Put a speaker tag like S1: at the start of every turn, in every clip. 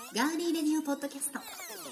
S1: ガーリーレディオポッドキャスト。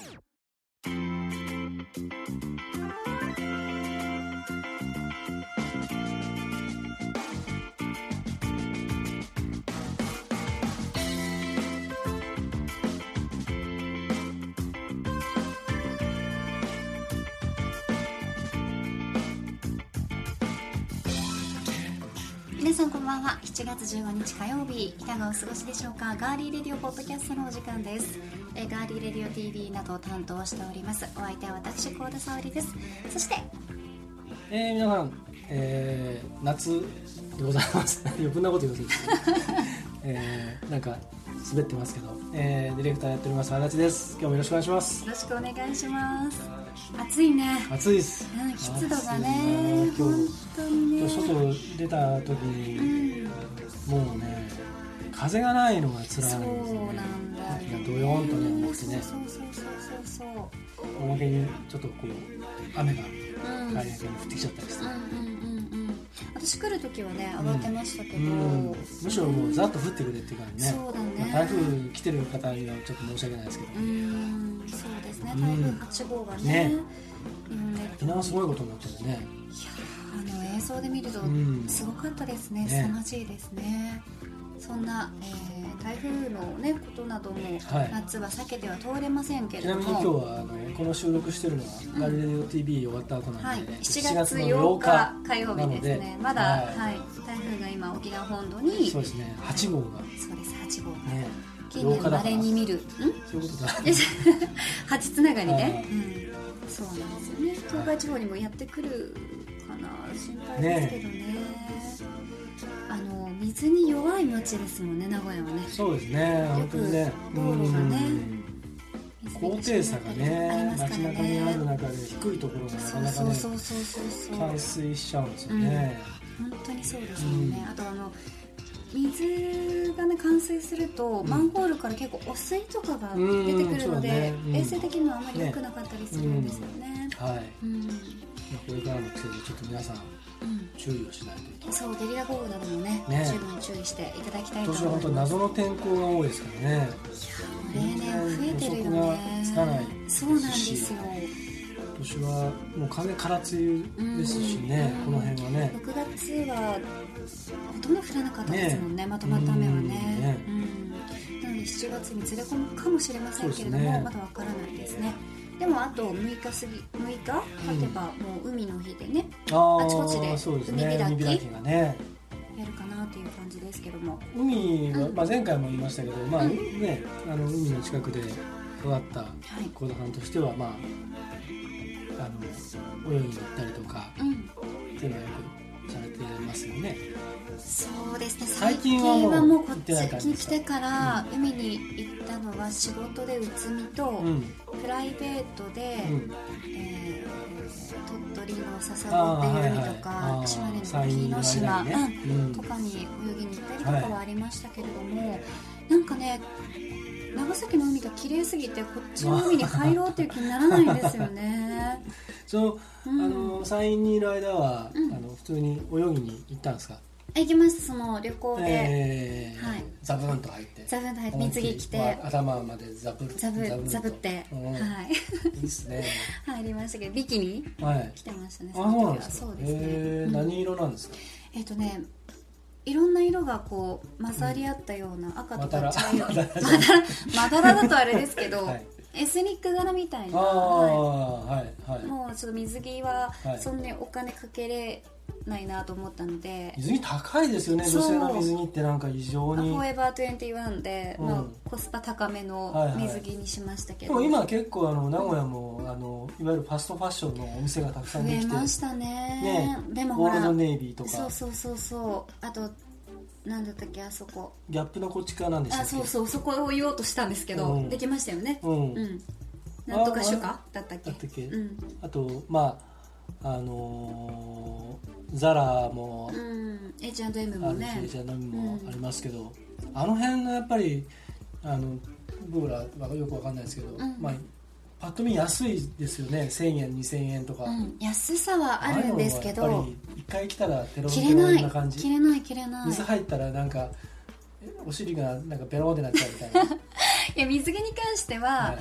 S1: 皆さんこんばんは。7月15日火曜日、いかがお過ごしでしょうか。ガーリーレディオポッドキャストのお時間です。ガーリーレディオ TV などを担当しております。お相手は私、幸田沙織です。そして、
S2: 皆さん、夏でございます。余分なこと言うですなんか滑ってますけど、ディレクターやっております足立です。今日もよろしくお願いします。
S1: よろしくお願いします。暑いね。
S2: 暑いです、
S1: 湿度がね、本当にね。
S2: 今日外出た時に、もうね風がないのが辛いんですよね。
S1: そうなんだよね。
S2: 秋がドヨーンとね重くてね、
S1: そう
S2: おまけにちょっとこう雨が大変に降ってきちゃったりして、
S1: 私来る時はね上がってましたけど、
S2: むしろもうざっと降ってくれっていうからね。
S1: そうだね、
S2: 台風来てる方にはちょっと申し訳ないですけど、
S1: そうですね、台風8号がね、
S2: 沖縄すごいことになってるね。
S1: いや映像で見るとすごかったですね。凄まじいですね。そんな、台風の、ね、ことなども、夏は避けては通れませんけれども、
S2: ちなみに今日はこの収録してるのは、ガリレディオ TV 終わった後なんで、
S1: 7月8日火曜日ですね。まだ、台風が今沖縄本土に、
S2: そうですね、8号が、
S1: そうです、8号が、
S2: ね、
S1: 近年稀に見る、
S2: そういうことだ
S1: 8つながりね、そうなんですよね。東海地方にもやってくるかな、心配ですけどね。水に弱い町ですもんね、名古屋はね。
S2: そうですね、本当にね、
S1: 道路がね、
S2: 高低差がね、街中にある中で低いところがなかなかね、冠水しちゃうんですよね。
S1: 本当にそうですよね。あと水がね冠水すると、マンホールから結構汚水とかが出てくるので、衛生的にはあまり良くなかったりするんですよね。
S2: はい。これからの季節ちょっと皆さん注意をしないといけない。
S1: そう、ゲリラ豪雨などもね、十分注意していただきたいと思います。
S2: 今年は本当に謎の天候が多いですからね。
S1: 例年増えてるよね。
S2: つかない。
S1: そうなんですよ。
S2: 今年はもう完全に空梅雨ですしね、この辺はね。
S1: 6月はほとんど降らなかったですもんね、まとまった雨はね。なので7月にずれ込むかもしれませんけれども、まだわからないですね。でもあと6日経てばもう海の日でね、あちこちで海開きがねやるかなという感じですけども、
S2: 海は、前回も言いましたけど、海の近くで育った幸田さんとしては、泳ぎに行ったりとか、っていうのはよくされてますよね。
S1: そうですね、
S2: 最近
S1: はもうこっちに来てから海に行ったのは仕事で内海と、プライベートで、鳥取の笹子っていう海とか、島根の沖ノ島とかに泳ぎに行ったりとかはありましたけれども、なんかね、長崎の海が綺麗すぎてこっちの海に入ろうっていう気にならないんですよね。
S2: 山陰にいる間は、普通に泳ぎに行ったんですか？
S1: 行きました。その旅行で、
S2: ザブンと入って
S1: 水着着て、
S2: 頭までザブって、いいっすね。
S1: 入りましたけど、ビキニ着てましたね。
S2: そうですね。何色なんですか？
S1: いろんな色がこう混ざり合ったような、赤とか茶色、まだらだとあれですけど、エスニック柄みたいな、もうちょっと水着はそんなにお金かけれないなと思ったので。
S2: 水着高いですよね、女性の水着って。なんか異常に
S1: フォーエバー21で、コスパ高めの水着にしましたけど、
S2: でも今結構名古屋もいわゆるファストファッションのお店がたくさんできて、
S1: 増えましたね。でもほら、
S2: ゴールドネイビーとか、
S1: そうあとなんだったっけ、あそこ
S2: ギャップのこっち側なんでしたっけ？
S1: そこを言おうとしたんですけど、できましたよね。なんとかシュカだったっけ？あとザラも、 H&M もね、
S2: H&M もありますけど、あの辺のやっぱり僕らはよくわかんないですけど、パッと見安いですよね。1000円2000円とか、
S1: 安さはあるんですけど、
S2: やっぱり一回来たらテロテロな感じ。
S1: 切れない
S2: 水入ったらなんかお尻がなんかベローってなっちゃうみたいな。い
S1: いや水着に関しては、
S2: はい、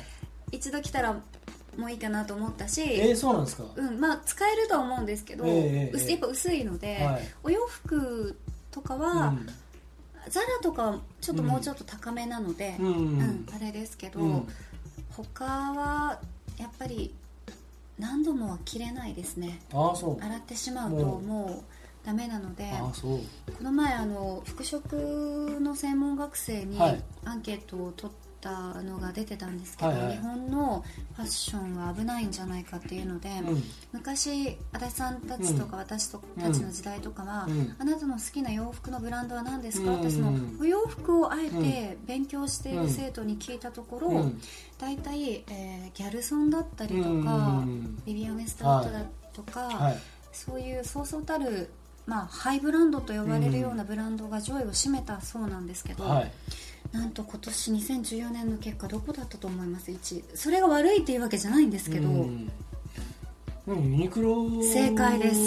S1: 一度着たらもういいかなと思ったし、
S2: そうなんですか。
S1: まあ使えるとは思うんですけど、やっぱ薄いので、はい、お洋服とかは、ザラとかはちょっともうちょっと高めなので、あれですけど、他はやっぱり何度もは着れないですね。洗ってしまうともうダメなので、この前服飾の専門学生にアンケートを取ったのが出てたんですけど、日本のファッションは危ないんじゃないかっていうので、昔足立さんたちとか私たちの時代とかは、あなたの好きな洋服のブランドは何ですかって、そのお洋服をあえて勉強している生徒に聞いたところ、大体、ギャルソンだったりとか、ビビアン・ウェストウッドだとか、そういうそうそうたる、ハイブランドと呼ばれるようなブランドが上位を占めたそうなんですけど、なんと今年2014年の結果どこだったと思います？1位。それが悪いっていうわけじゃないんですけど、
S2: ユニクロは
S1: 正解です。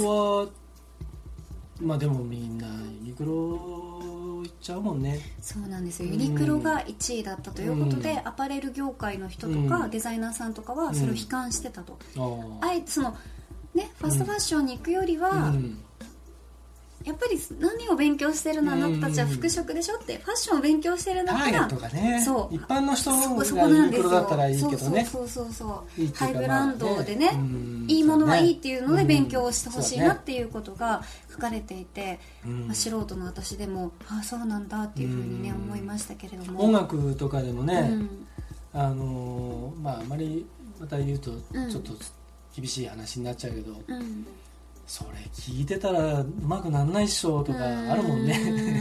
S2: でもみんなユニクロ行っちゃうもんね。
S1: そうなんですよ。ユニクロが1位だったということで、アパレル業界の人とか、デザイナーさんとかはそれを悲観してたと、あえてそのね、ファストファッションに行くよりは、やっぱり何を勉強してるのあなたたちは服飾でしょって、ファッションを勉強してるんだったら、
S2: とかね、
S1: そう
S2: 一般の人がユニクロだったらいいけどね、
S1: そうハイブランドでね、いいものはいいっていうので勉強をしてほしいなっていうことが書かれていて、素人の私でもそうなんだっていうふうにね思いましたけれども、
S2: 音楽とかでもね、あまりまた言うとちょっと厳しい話になっちゃうけど、それ聞いてたらうまくなんないっしょとかあるもんね。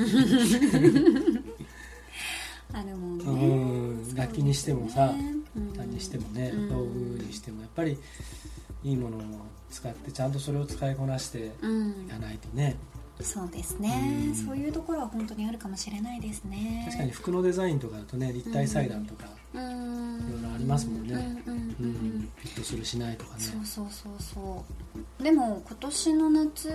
S1: あるもんね。
S2: 楽器にしてもさ、何にしてもね、道具にしてもやっぱりいいものを使ってちゃんとそれを使いこなしていかないとね。
S1: そうですね、そういうところは本当にあるかもしれないですね。
S2: 確かに服のデザインとかだとね、立体裁断とかいろいろありますもんね。フィットするしないとかね。
S1: そうでも今年の夏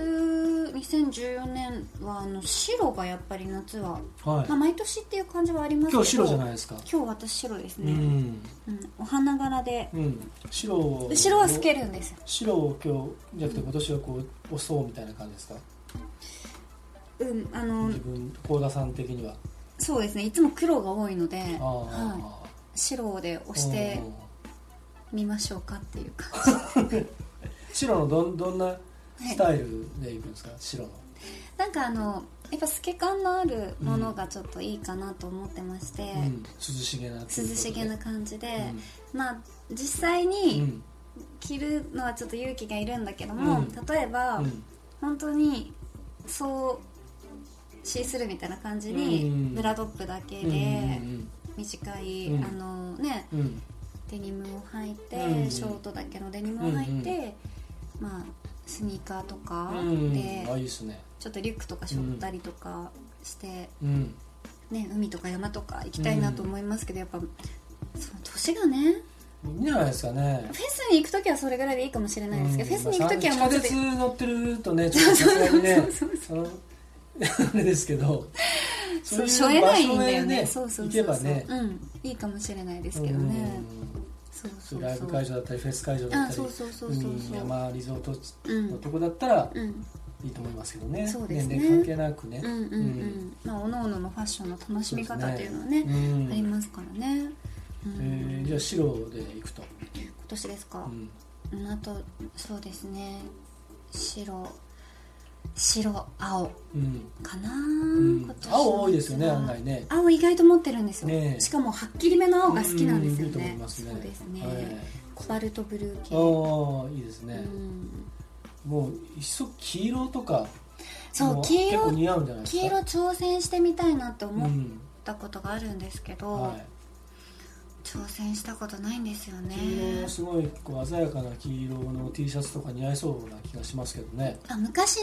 S1: 2014年は白がやっぱり夏は、毎年っていう感じはありますけど、
S2: 今日白じゃないですか。
S1: 今日私白ですね。お花柄で、
S2: 白
S1: は透けるんですよ。
S2: 白を今日じゃなくて今年はこう押そうみたいな感じですか？自分幸田さん的には。
S1: そうですね、いつも黒が多いので、白で押してみましょうかっていう感じ。
S2: 白のどんなスタイルでいくんですか？白の
S1: なんかやっぱ透け感のあるものがちょっといいかなと思ってまして、
S2: 涼しげな
S1: 感じで、実際に着るのはちょっと勇気がいるんだけども、例えば、本当にそうシースルーみたいな感じにブラトップだけで短いデニムを履いて、ショートだけのデニムを履いて、スニーカーとかでちょっとリュックとか背負ったりとかして、海とか山とか行きたいなと思いますけど、やっぱその年がね、
S2: いいんじゃないですかね。
S1: フェスに行くときはそれぐらいでいいかもしれないですけど、フェスに行くときはもう
S2: 地下鉄乗ってるとね、ちょっとさすがにねあれですけど、
S1: そうしょえないんだよね。
S2: 行けばね、
S1: いいかもしれないですけどね。
S2: ライブ会場だったりフェス会場だったり、山リゾートのとこだったらいいと思いますけどね。年齢関係なくね。
S1: おのおののファッションの楽しみ方っていうのはね、ありますからね。
S2: じゃあ白でいくと。
S1: 今年ですか。あとそうですね、白青かな。
S2: 青多いですよね、案外ね。
S1: 青意外と持ってるんですよ。しかもはっきりめの青が好きなんですよね。そうですね。コバルトブルー系。いいですね。
S2: もう一層黄色とか、
S1: そう
S2: 結構似合うんじゃないですか。
S1: 黄色挑戦してみたいなって思ったことがあるんですけど、挑戦したことないんですよね。
S2: 黄色すごい鮮やかな黄色の T シャツとか似合いそうな気がしますけどね。
S1: 昔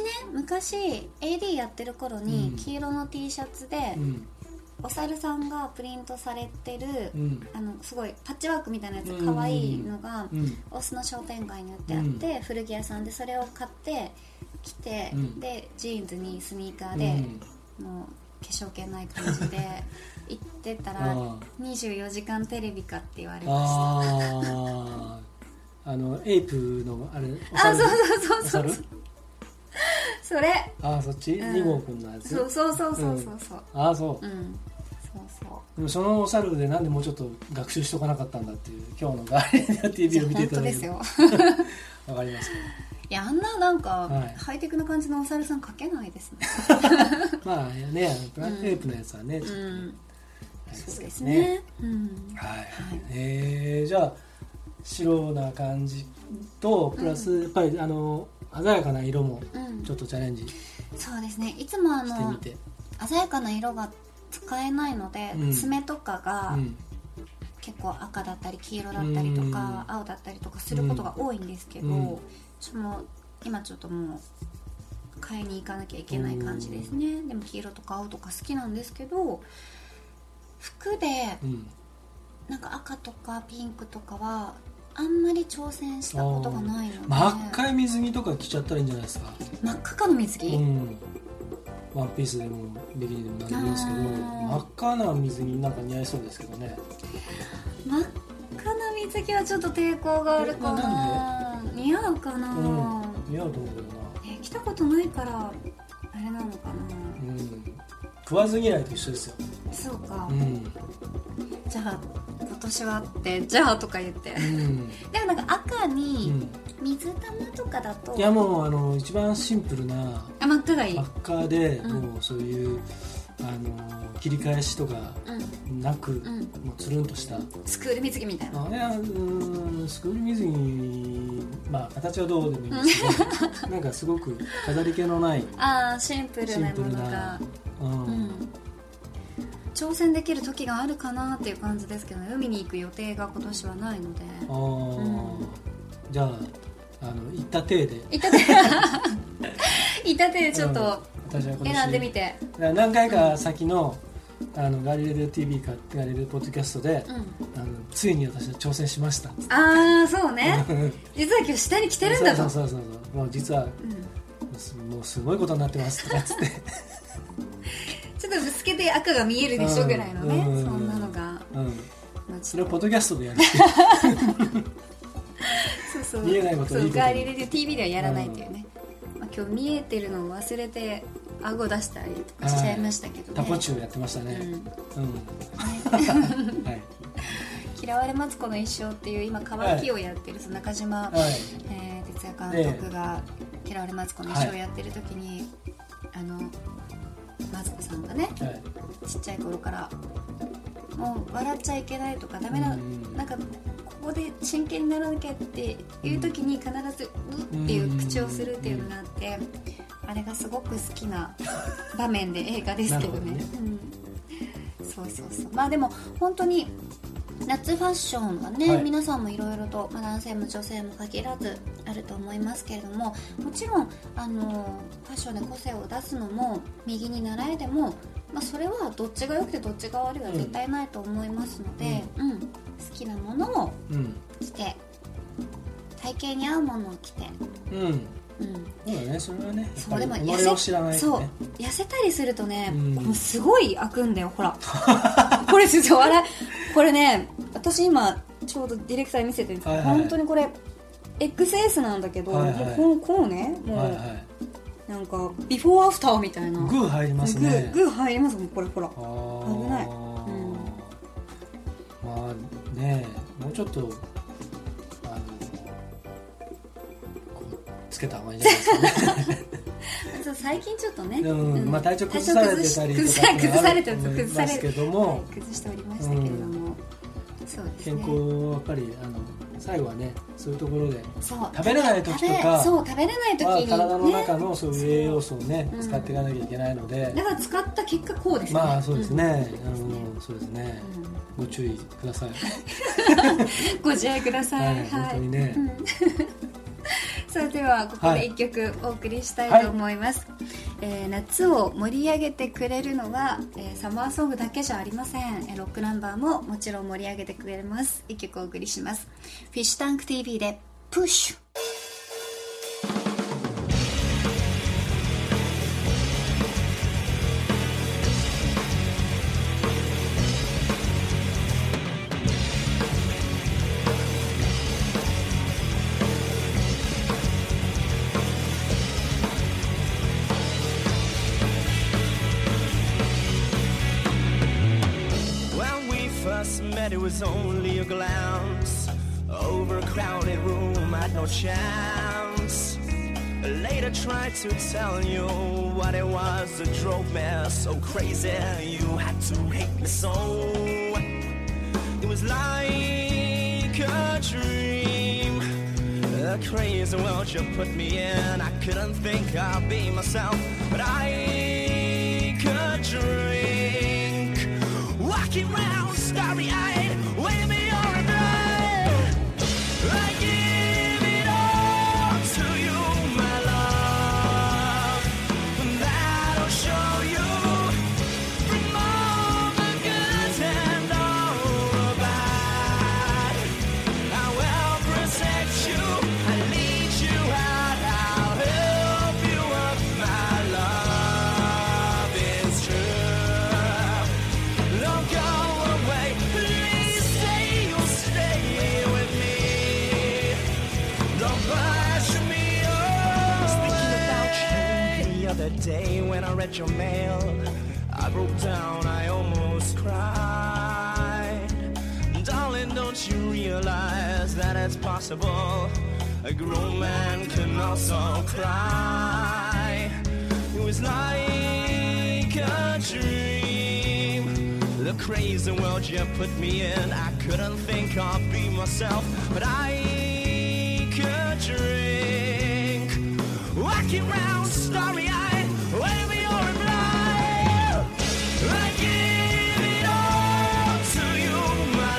S1: AD やってる頃に黄色の T シャツで、お猿さんがプリントされてる、すごいパッチワークみたいなやつが可愛いのが、大須の商店街に売ってあって、古着屋さんでそれを買って着て、でジーンズにスニーカーで、もう化粧気ない感じで行ってたら24時間テレビかって言われました。
S2: エイプのあれ、
S1: そうそれ、
S2: そっち、2号くんのやつ。
S1: そう、
S2: そう
S1: そう、
S2: そう。でもそのお猿でなんでもうちょっと学習しとかなかったんだっていう、今日のガーリア TV を見ていただけるとわかりますけど。
S1: いや、あんななんか、ハイテクな感じのお猿さん描けないですね。
S2: まあね、ブラックエイプのやつはね、
S1: そうですね。
S2: じゃあ白な感じとプラスやっぱり鮮やかな色もちょっとチャレンジ
S1: そうですね。いつも
S2: してみて、
S1: 鮮やかな色が使えないので、爪とかが結構赤だったり黄色だったりとか青だったりとかすることが多いんですけど、今ちょっともう買いに行かなきゃいけない感じですね。でも黄色とか青とか好きなんですけど、服でなんか赤とかピンクとかはあんまり挑戦したことがないので、
S2: 真っ赤い水着とか着ちゃったらいいんじゃないですか。
S1: 真っ赤の水着、
S2: ワンピースでもビキニでも何でもいいですけど、真っ赤な水着なんか似合いそうですけどね。
S1: 真っ赤な水着はちょっと抵抗があるかな。似合うかな、
S2: 似合うと思うけどな。
S1: 着たことないからあれなのかな。
S2: 食わず嫌いと一緒ですよ。
S1: そうか、じゃあ今年はってじゃあとか言って、でもなんか赤に水玉とかだと、
S2: いやもう一番シンプルな
S1: 真っ赤がいい。
S2: 真っ赤で、もうそういう切り返しとかなく、もうつるんとした
S1: スクール水着みたいな。
S2: スクール水着、形はどうでもいいんですけどなんかすごく飾り気のない
S1: シンプルなものが挑戦できる時があるかなっていう感じですけどね。海に行く予定が今年はないので、じゃあ
S2: 行った体で
S1: ちょっと選んでみて、
S2: 何回か先のガリレデオ TV かガリレデオポッドキャストで、ついに私は挑戦しました。
S1: そうね実は今日下に着てるんだと。
S2: そうもう実は、もうすごいことになってますとかっつって
S1: ちょっとぶつけて赤が見えるでしょぐらいのね、そんなのが、
S2: それをポッドキャストでやる
S1: そう
S2: 見えないことをいいこと
S1: ガリレデオ TV ではやらないっていうね、今日見えてるのを忘れて顎出したりとかしちゃいましたけどね。
S2: タコチュウやってましたね。
S1: 嫌われマツコの一生っていう今乾きをやってる中島哲也監督が嫌われマツコの一生をやってる時に、マツコさんがね、ちっちゃい頃からもう笑っちゃいけないとかダメな、なんかここで真剣にならなきゃっていう時に必ず「う」っていう口をするっていうのがあって、あれがすごく好きな場面で映画ですけどね。そうでも本当に夏ファッションはね、皆さんもいろいろと、男性も女性も限らずあると思いますけれども、もちろんファッションで個性を出すのも右に習えでも、それはどっちが良くてどっちが悪いは絶対ないと思いますので、好きなものを着て、体型に合うものを着て、
S2: そうだね、それはね、
S1: でも
S2: 痩
S1: せたりするとね、もうすごい開くんだよ、ほらこれちょっとこれね、私今ちょうどディレクターに見せてるんですけど、本当にこれ XS なんだけど、こうね、もうなんかビフォーアフターみたいな、
S2: グー入りますね。
S1: グー入りますもん、これほら、危ない。
S2: ね、もうちょっとつけた方がいいんじゃないですかね
S1: 最近ちょっとね、
S2: 体調崩されてたりとか
S1: 崩され
S2: ますけども、
S1: 崩しておりましたけれども、そうですね、
S2: 健康はやっぱり最後はね、そういうところで食べれない時とか、
S1: 食べれない時に
S2: 体の中のそういう栄養素をね、使っていかなきゃいけないので、
S1: だから使った結果こうですね。
S2: そうですね、そうですね、ご注意ください
S1: ご自愛ください。
S2: 本当にね。
S1: さあ、ではここで1曲お送りしたいと思います。夏を盛り上げてくれるのは、サマーソングだけじゃありません。ロックナンバーももちろん盛り上げてくれます。1曲お送りします。フィッシュタンク TV でプッシュ。
S3: said it was only a glance. Overcrowded room had no chance. Later tried to tell you what it was that drove me so crazy. You had to hate me so. It was like a dream, a crazy world you put me in. I couldn't think I'd be myself, but I could drink. Walking around starry-eyed, waving your embrace. I give it all to you, my love, and that'll show you from all the good and all the bad. I will protect you, I'll lead you out, I'll help you up, my love is true. Don't go away, please stay, you'll stay with me. Don't push me away. I was thinking about you the other day when I read your mail. I broke down, I almost cried. Darling, don't you realize that it's possible a grown man can also cry? It was like a dream, the crazy world you put me in. I couldn't think I'd be myself, but I could drink. Walking round starry-eyed, waving your embrace. I give it all to you, my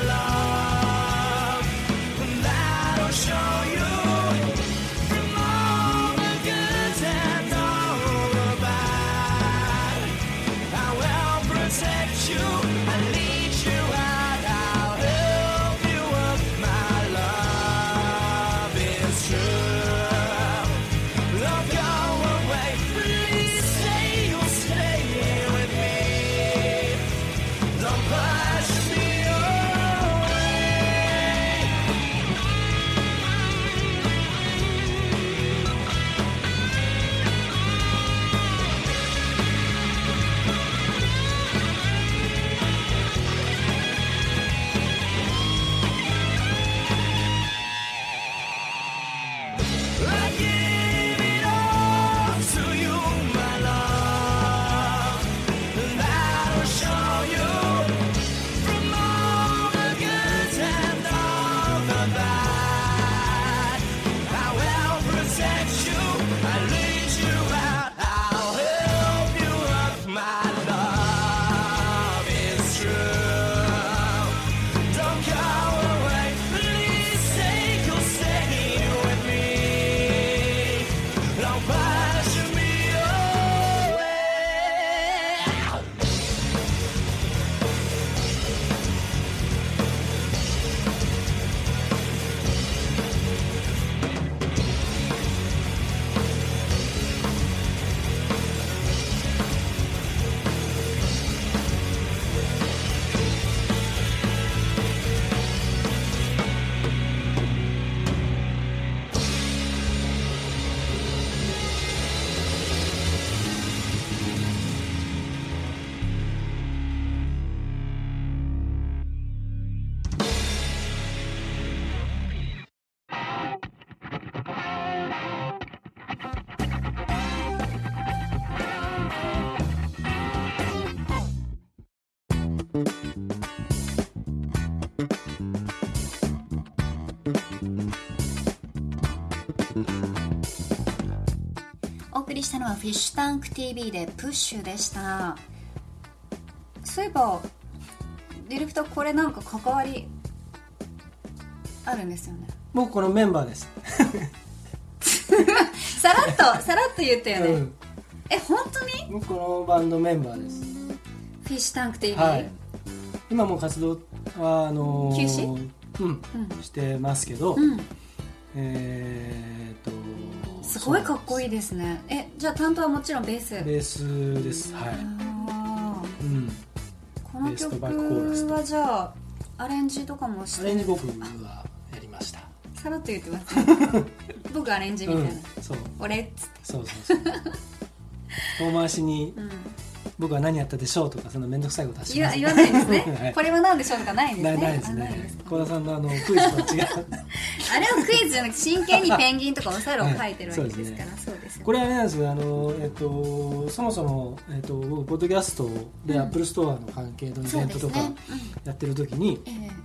S3: love, and that'll show you from all the good and all the bad. I will protect you, I'll lead you out, I'll help you up, my love is true. Don't go away, please stay, you'll stay with me. Don't push me away. I give it all to you, my love, and that'll show you from all the good and all the bad. I will protect you, I'll lead you out, I'll help you up, my love is true. Don't go away, please stay, you'll stay with me. Don't push me away.
S1: お送りしたのはフィッシュタンク TV でプッシュでした。そういえばディレクター、これなんか関わりあるんですよね。
S2: 僕このメンバーです。
S1: さらっと言ったよね、うん、本当に？
S2: 僕このバンドメンバーです。
S1: フィッシュタンク TV、
S2: はい、今も活動は
S1: 休止、
S2: してますけど、
S1: すごいかっこいいですね。じゃあ担当はもちろんベース
S2: です。はい。
S1: この曲はじゃあアレンジとかもして？
S2: アレンジ僕がやりました。
S1: さらっと言ってますね。僕アレンジみたいな、
S2: そう、
S1: 俺っつって、
S2: そう遠回しに僕は何やったでしょうとかその面倒くさいことはし
S1: 言わ
S2: ません。
S1: ないんですね、
S2: はい、
S1: これは何でしょうとかないんですね。
S2: ないですね。小田さんのクイズとは違う
S1: あれはクイズじゃなくて真剣にペンギンとかオサルを描いてるわけですから、そうですよね。
S2: これはあれなんですよ、そもそも、僕ポッドキャストでアップルストアの関係のイベントとかやってる時に、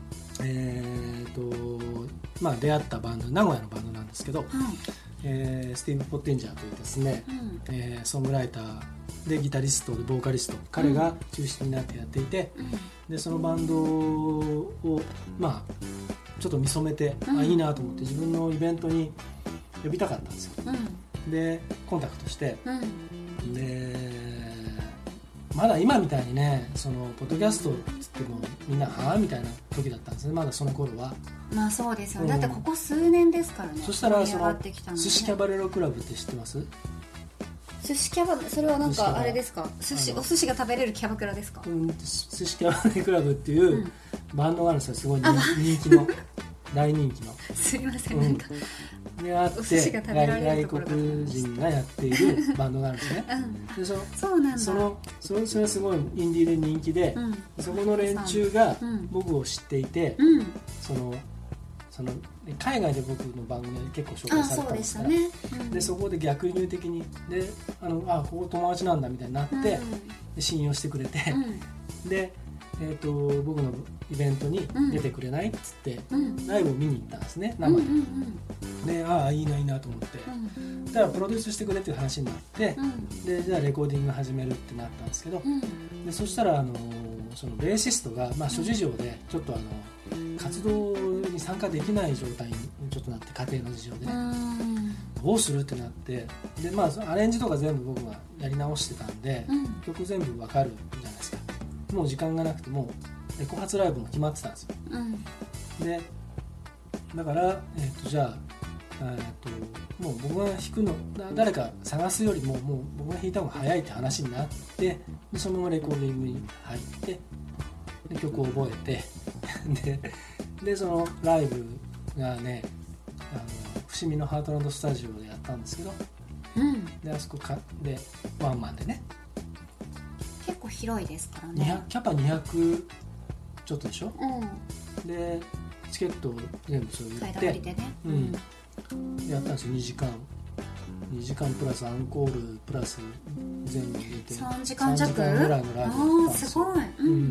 S2: まあ、出会ったバンド、名古屋のバンドなんですけど、スティーブ・ポッテンジャーというですね、ソングライターでギタリストでボーカリスト、彼が中心になってやっていて、でそのバンドを、まあ、ちょっと見初めて、いいなと思って自分のイベントに呼びたかったんですよ、でコンタクトして、でまだ今みたいにね、そのポッドキャストって言ってもみんなはぁみたいな時だったんですね、まだその頃は。
S1: まあそうですよ、だってここ数年ですからね。
S2: そしたらその
S1: ね、
S2: 寿司キャバレロクラブって知ってます？
S1: 寿司キャバ、それはなんかあれですか、お寿司が食べれるキャバクラですか？
S2: 寿司キャバレロクラブっていうバンドがあるんですよ、すごい人気の大人気の
S1: すいません、なんか
S2: であって外国人がやっているバンドがあるんですね、で
S1: そうなんだ。そ
S2: れはすごいインディーで人気で、そこの連中が僕を知っていて、その海外で僕の番組で結構紹介されたんですから、でそこで逆輸入的にでここ友達なんだみたいになって、で信用してくれて、で僕のイベントに出てくれないっつって、ライブを見に行ったんですね、生で、でいいないいなと思って、だからプロデュースしてくれっていう話になって、でじゃあレコーディング始めるってなったんですけど、でそしたらそのベーシストが、まあ、諸事情でちょっと活動に参加できない状態にちょっとなって、家庭の事情でね、どうするってなって、で、まあ、アレンジとか全部僕がやり直してたんで、曲全部わかるじゃないですか。もう時間がなくて、もうレコ発ライブも決まってたんですよ、でだから、じゃあもう僕が弾くの誰か探すよりももう僕が弾いた方が早いって話になって、でそのままレコーディングに入って、で曲を覚えてでそのライブがね、伏見のハートランドスタジオでやったんですけど、であそこでワンマンでね、
S1: 結構広いですからね、
S2: キャパ200ちょっとでしょ、でチケットを全部そう言って、やったんですよ。2時間プラスアンコールプラス全部入れて
S1: 3時間弱
S2: ぐらいのライブだったんですよ。
S1: すごい、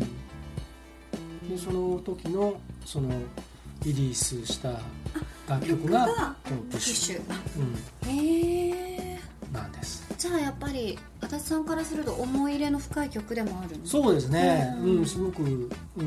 S2: でその時のそのリリースした楽曲がこのプッシュ、なんです。
S1: じゃあやっぱり足立さんからすると思い入れの深い曲でもあるんですか？
S2: そうですね、すごく、も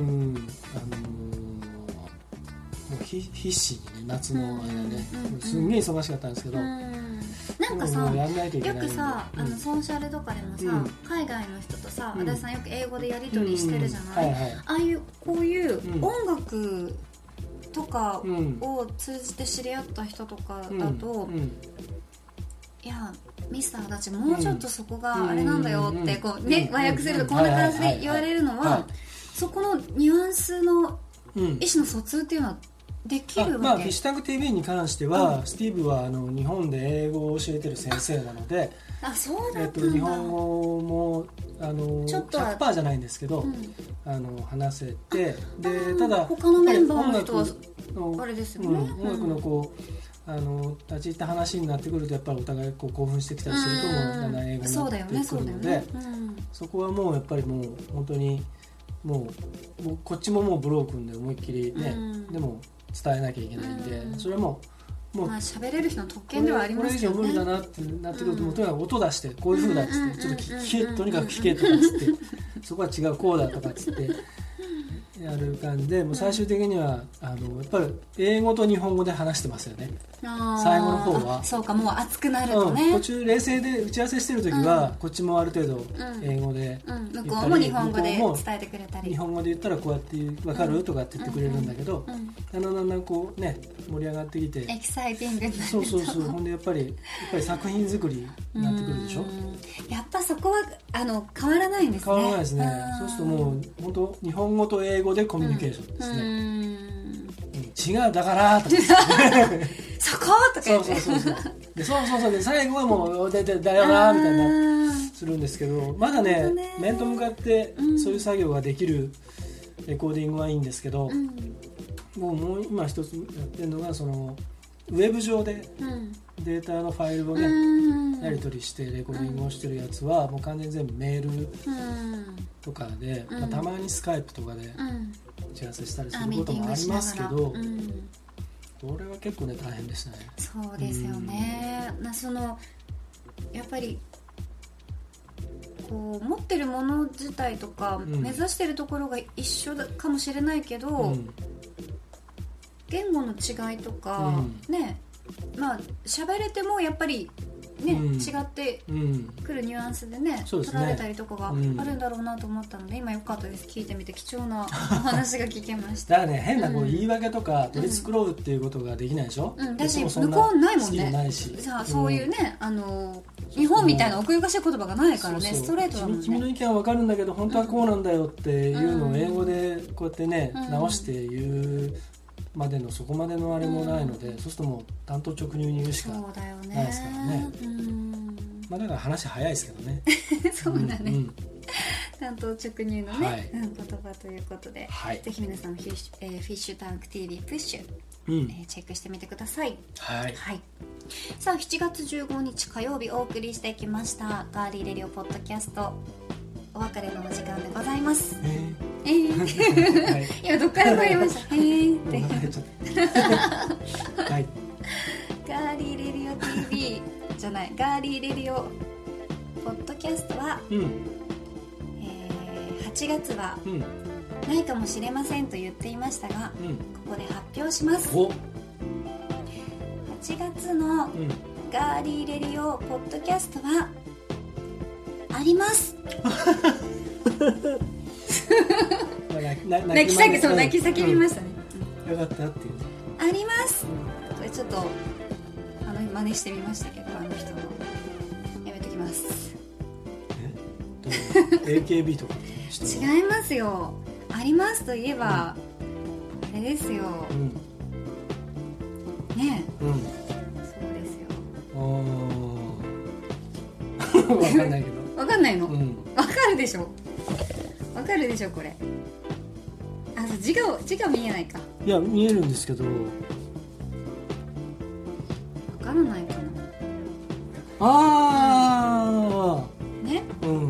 S2: う必死にね、夏の間ね、すんげえ忙しかったんですけど、
S1: なんかさ、よくさ、ソーシャルとかでもさ、海外の人とさ、足立さんよく英語でやり取りしてるじゃない、ああいうこういう音楽とかを通じて知り合った人とかだと、いやミスター足立もうちょっとそこがあれなんだよってこうね、和訳するとこんな感じで言われるのは、そこのニュアンスの意思の疎通っていうのはできるわけ。
S2: まあ、フィッシュタンク TV に関しては、スティーブは日本で英語を教えてる先生なので、
S1: そうだったんだ。
S2: 日本語も
S1: ちょっと
S2: 100% じゃないんですけど、話せて、でただ
S1: 他のメンバーの人はあれですよね、
S2: 音楽のこう立ち入った話になってくると、やっぱりお互いこう興奮してきたりすると、もうだんだん英語になってくるので、そこはもうやっぱりもう本当にもうこっちももうブロー君で思いっきりね、でも伝えなきゃいけないんで、それはもう
S1: 喋れる人の特権ではありますけどね。
S2: これ以上無理だなってなってくると、もうとにかく音出してこういう風だっつって、ちょっと聞け、とにかく聞けとかっつって、そこは違うこうだとかっつってやる感じで、もう最終的にはやっぱり英語と日本語で話してますよね、最後の方は。
S1: そうか、もう熱くなるとね、
S2: 途中冷静で打ち合わせしてる時は、こっちもある程度英語で言ったり、
S1: 向こうも日本語で伝えてくれたり、
S2: 日本語で言ったらこうやって分かるとかって言ってくれるんだけど、だんだんこうね、盛り上がってきて、
S1: エキサイティングになると、
S2: そうほんでやっぱり作品作りになってくるでしょ。
S1: やっぱそこは変わらないんですね。
S2: 変わらないですね。そうするともう本当日本語と英語でコミュニケーションですね。違うだからとか
S1: そことか言って、
S2: そうで最後はもうだよなみたいな、 するんですけど、まだね面と向かってそういう作業ができるレコーディングはいいんですけど、もう今一つやってるのがそのウェブ上でデータのファイルをね、やり取りしてレコーディングをしてるやつはもう完全に全部メールとかで、たまにスカイプとかで打ち合わせしたりすることもありますけど、これは結構ね大変でしたね。
S1: そうですよね、そのやっぱりこう持ってるもの自体とか、目指してるところが一緒かもしれないけど、言語の違いとか、ね、まあ喋れてもやっぱりね、違ってくるニュアンスでね、取られたりとかがあるんだろうなと思ったので、今良かったです。聞いてみて貴重なお話が聞けました。
S2: だからね、変なこう言い訳とか取り繕うっていうことができないでしょ。
S1: だし向こうないもんね。
S2: ないし
S1: さあそういうね、日本みたいな奥ゆかしい言葉がないからね、ストレートだもんね。
S2: 君の意見は分かるんだけど本当はこうなんだよっていうのを英語でこうやってね、直して言うまでのそこまでのあれもないので、そうするともう単刀直入に言うしかないですからね。まあだから話早いですけどね。
S1: そうだね、単刀直入のね、言葉ということで、ぜひ皆さんフィッシュタンク TV プッシュ、チェックしてみてください。さあ7月15日火曜日お送りしてきましたガーリーレディオポッドキャスト、お別れのお時間でございます。今どっから入りました。ってガーリーレディオ TV じゃない、ガーリーレディオポッドキャストは、8月はないかもしれませんと言っていましたが、ここで発表します。8月のガーリーレディオポッドキャストはあります。泣き叫びましたね。
S2: よかったっていう。
S1: あります。これちょっと真似してみましたけど、人のやめときます。
S2: AKB とか
S1: 違いますよ。ありますといえば、あれですよ。ねえ。そうですよ。
S2: 分かんないけど。
S1: 分かんないの？分かるでしょ。分かるでしょこれ。字が見えないか。
S2: いや見えるんですけど。
S1: 分からないかな。ね。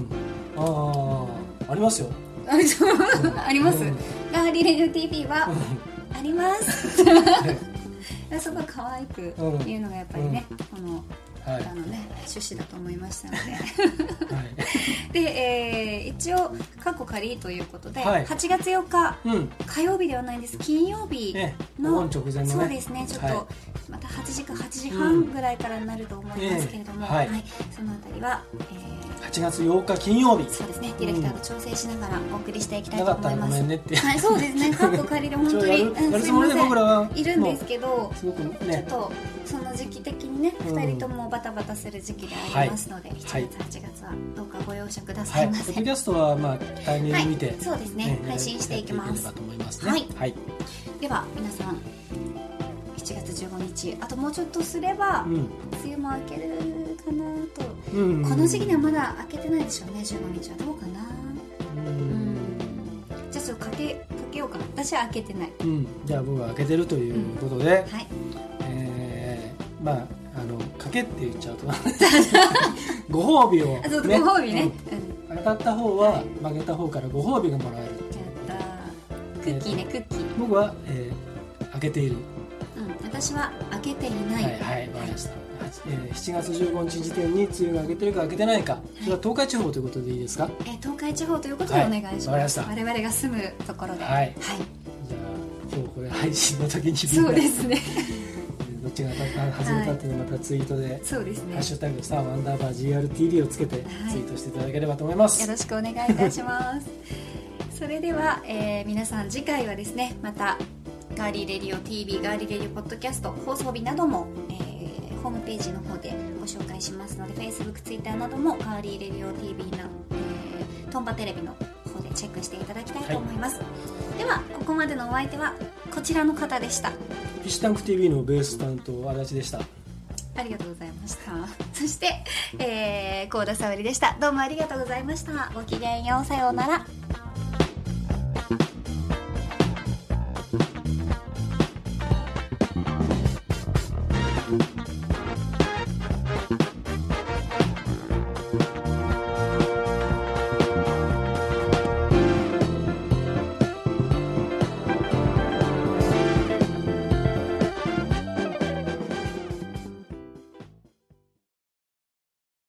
S2: ありますよ。
S1: あります。ガーリーレディオ TV はあります。すごい可愛く言うのがやっぱりね、この趣旨だと思いましたので、で、一応カッコ仮ということで、8月4日、火曜日ではないんです、金曜日の、
S2: 直前のね、
S1: そうですね、ちょっとまた8時半ぐらいからになると思いますけれども、そのあたりは、
S2: 8月8日金曜日、
S1: そうですね、ディレクターと調整しながらお送りしていきたいと思います。
S2: ごめんねって、
S1: そうですね、カッコ仮で本当にすいません、いるんですけど、ちょっとその時期的にね、2人ともバタバタする時期でありますので、7月8月はどうかご容赦くださいませ。
S2: ポッドキャストはまあタイミング見て、
S1: そうですね、配信していきます。では皆さん、7月15日、あともうちょっとすれば梅雨も明けるかなと、この時期にはまだ明けてないでしょうね。15日はどうかな。じゃあちょっとかけようか。私は明けてない。
S2: じゃあ僕は明けてるということで、まあかけって言っちゃうとご褒美をね、
S1: ご褒美ね、
S2: 当たった方は負けた方からご褒美がもらえる。
S1: やったー。クッキーね、クッキー。
S2: 僕は開けている。
S1: 私は開けていない。
S2: わかりました。7月15日時点に梅雨が明けてるか明けてないか、それは東海地方ということでいいですか？
S1: 東海地方ということでお願いします。我々が住むところで。じゃあ
S2: 今日これ配信の時に
S1: そうですね。
S2: どっちが外れたっていうのをまたツイートで、
S1: そうですね、
S2: ハッシュタグ3_GRTV をつけてツイートしていただければと思います。
S1: よろしくお願いいたします。それでは、皆さん次回はですね、またガーリーレディオ TV、ガーリーレディオポッドキャスト放送日なども、ホームページの方でご紹介しますので、 Facebook、Twitter などもガーリーレディオ TV の、トンバテレビの方でチェックしていただきたいと思います。ではここまでのお相手はこちらの方でした。
S2: フィッシュタンク TV のベース担当足立でした。あ
S1: ありがとうございました。そして、幸田沙織でした。どうもありがとうございました。ごきげんよう、さようなら。